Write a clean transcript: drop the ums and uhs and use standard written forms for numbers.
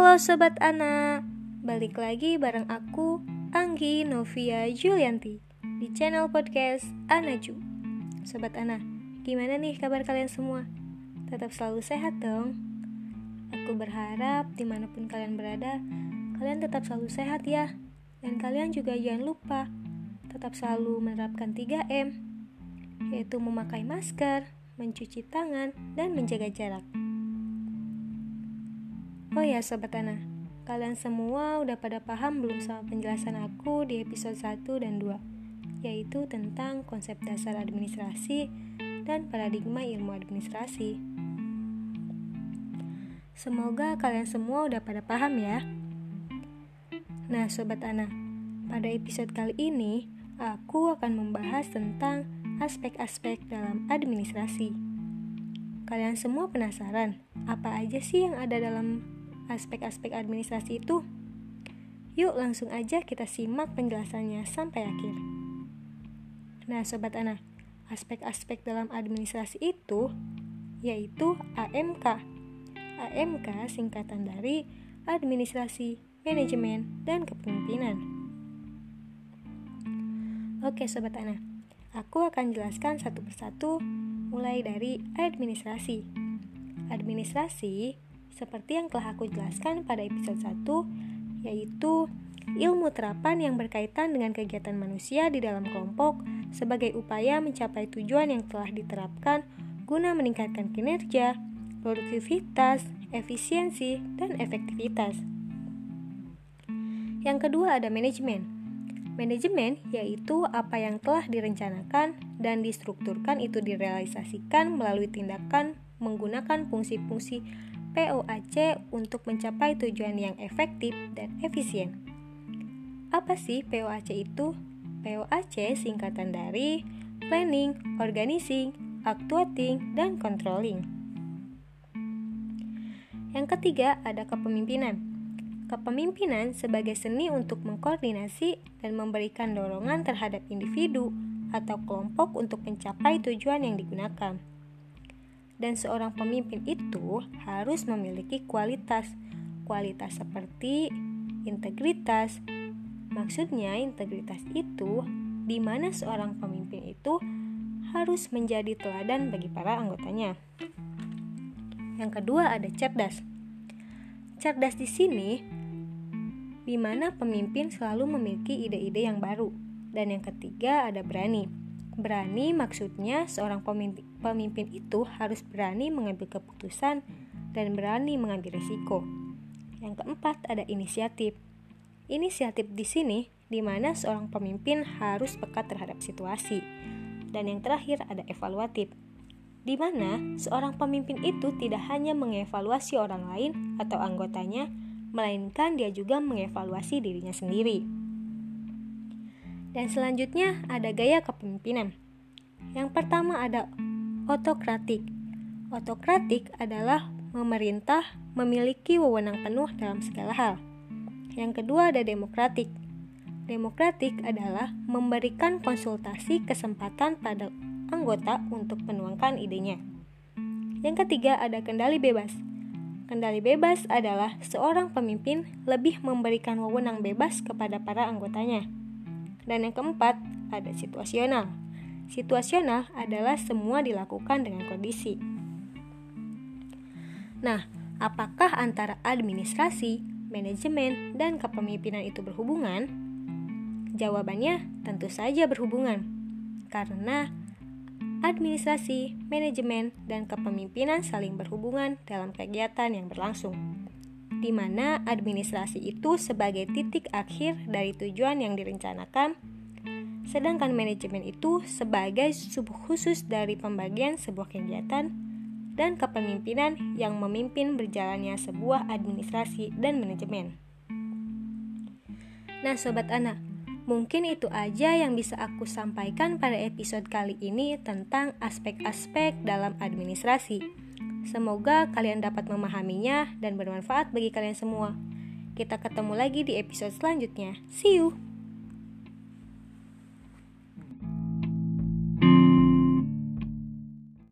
Halo Sobat Ana, balik lagi bareng aku, Anggi Novia Julianti, di channel podcast Anaju. Sobat Ana, gimana nih kabar kalian semua? Tetap selalu sehat dong. Aku berharap dimanapun kalian berada, kalian tetap selalu sehat ya. Dan kalian juga jangan lupa tetap selalu menerapkan 3M, yaitu memakai masker, mencuci tangan, dan menjaga jarak. Oh ya Sobat Ana, kalian semua udah pada paham belum sama penjelasan aku di episode 1 dan 2, yaitu tentang konsep dasar administrasi dan paradigma ilmu administrasi. Semoga kalian semua udah pada paham ya. Nah Sobat Ana, pada episode kali ini aku akan membahas tentang aspek-aspek dalam administrasi. Kalian semua penasaran, apa aja sih yang ada dalam aspek-aspek administrasi itu? Yuk langsung aja kita simak penjelasannya sampai akhir. Nah Sobat Ana, aspek-aspek dalam administrasi itu yaitu AMK. AMK singkatan dari Administrasi, Manajemen, dan Kepemimpinan. Oke Sobat Ana, aku akan jelaskan satu persatu mulai dari administrasi. Administrasi seperti yang telah aku jelaskan pada episode 1, yaitu ilmu terapan yang berkaitan dengan kegiatan manusia di dalam kelompok sebagai upaya mencapai tujuan yang telah diterapkan guna meningkatkan kinerja, produktivitas, efisiensi, dan efektivitas. Yang kedua ada manajemen. Manajemen yaitu apa yang telah direncanakan dan distrukturkan itu direalisasikan melalui tindakan menggunakan fungsi-fungsi POAC untuk mencapai tujuan yang efektif dan efisien. Apa sih POAC itu? POAC singkatan dari Planning, Organizing, Actuating, dan Controlling. Yang ketiga ada kepemimpinan. Kepemimpinan sebagai seni untuk mengkoordinasi dan memberikan dorongan terhadap individu atau kelompok untuk mencapai tujuan yang digunakan. Dan seorang pemimpin itu harus memiliki kualitas seperti integritas. Maksudnya integritas itu di mana seorang pemimpin itu harus menjadi teladan bagi para anggotanya. Yang kedua ada cerdas. Cerdas di sini di mana pemimpin selalu memiliki ide-ide yang baru. Dan yang ketiga ada berani. Berani maksudnya seorang pemimpin itu harus berani mengambil keputusan dan berani mengambil risiko. Yang keempat ada inisiatif. Inisiatif di sini di mana seorang pemimpin harus peka terhadap situasi. Dan yang terakhir ada evaluatif. Di mana seorang pemimpin itu tidak hanya mengevaluasi orang lain atau anggotanya, melainkan dia juga mengevaluasi dirinya sendiri. Dan selanjutnya ada gaya kepemimpinan. Yang pertama ada otokratik. Otokratik adalah memerintah memiliki wewenang penuh dalam segala hal. Yang kedua ada demokratik. Demokratik adalah memberikan konsultasi kesempatan pada anggota untuk menuangkan idenya. Yang ketiga ada kendali bebas. Kendali bebas adalah seorang pemimpin lebih memberikan wewenang bebas kepada para anggotanya. Dan yang keempat, ada situasional. Situasional adalah semua dilakukan dengan kondisi. Nah, apakah antara administrasi, manajemen, dan kepemimpinan itu berhubungan? Jawabannya tentu saja berhubungan. Karena administrasi, manajemen, dan kepemimpinan saling berhubungan dalam kegiatan yang berlangsung. Di mana administrasi itu sebagai titik akhir dari tujuan yang direncanakan, sedangkan manajemen itu sebagai subkhusus dari pembagian sebuah kegiatan, dan kepemimpinan yang memimpin berjalannya sebuah administrasi dan manajemen. Nah Sobat Ana, mungkin itu aja yang bisa aku sampaikan pada episode kali ini tentang aspek-aspek dalam administrasi. Semoga kalian dapat memahaminya dan bermanfaat bagi kalian semua. Kita ketemu lagi di episode selanjutnya. See you!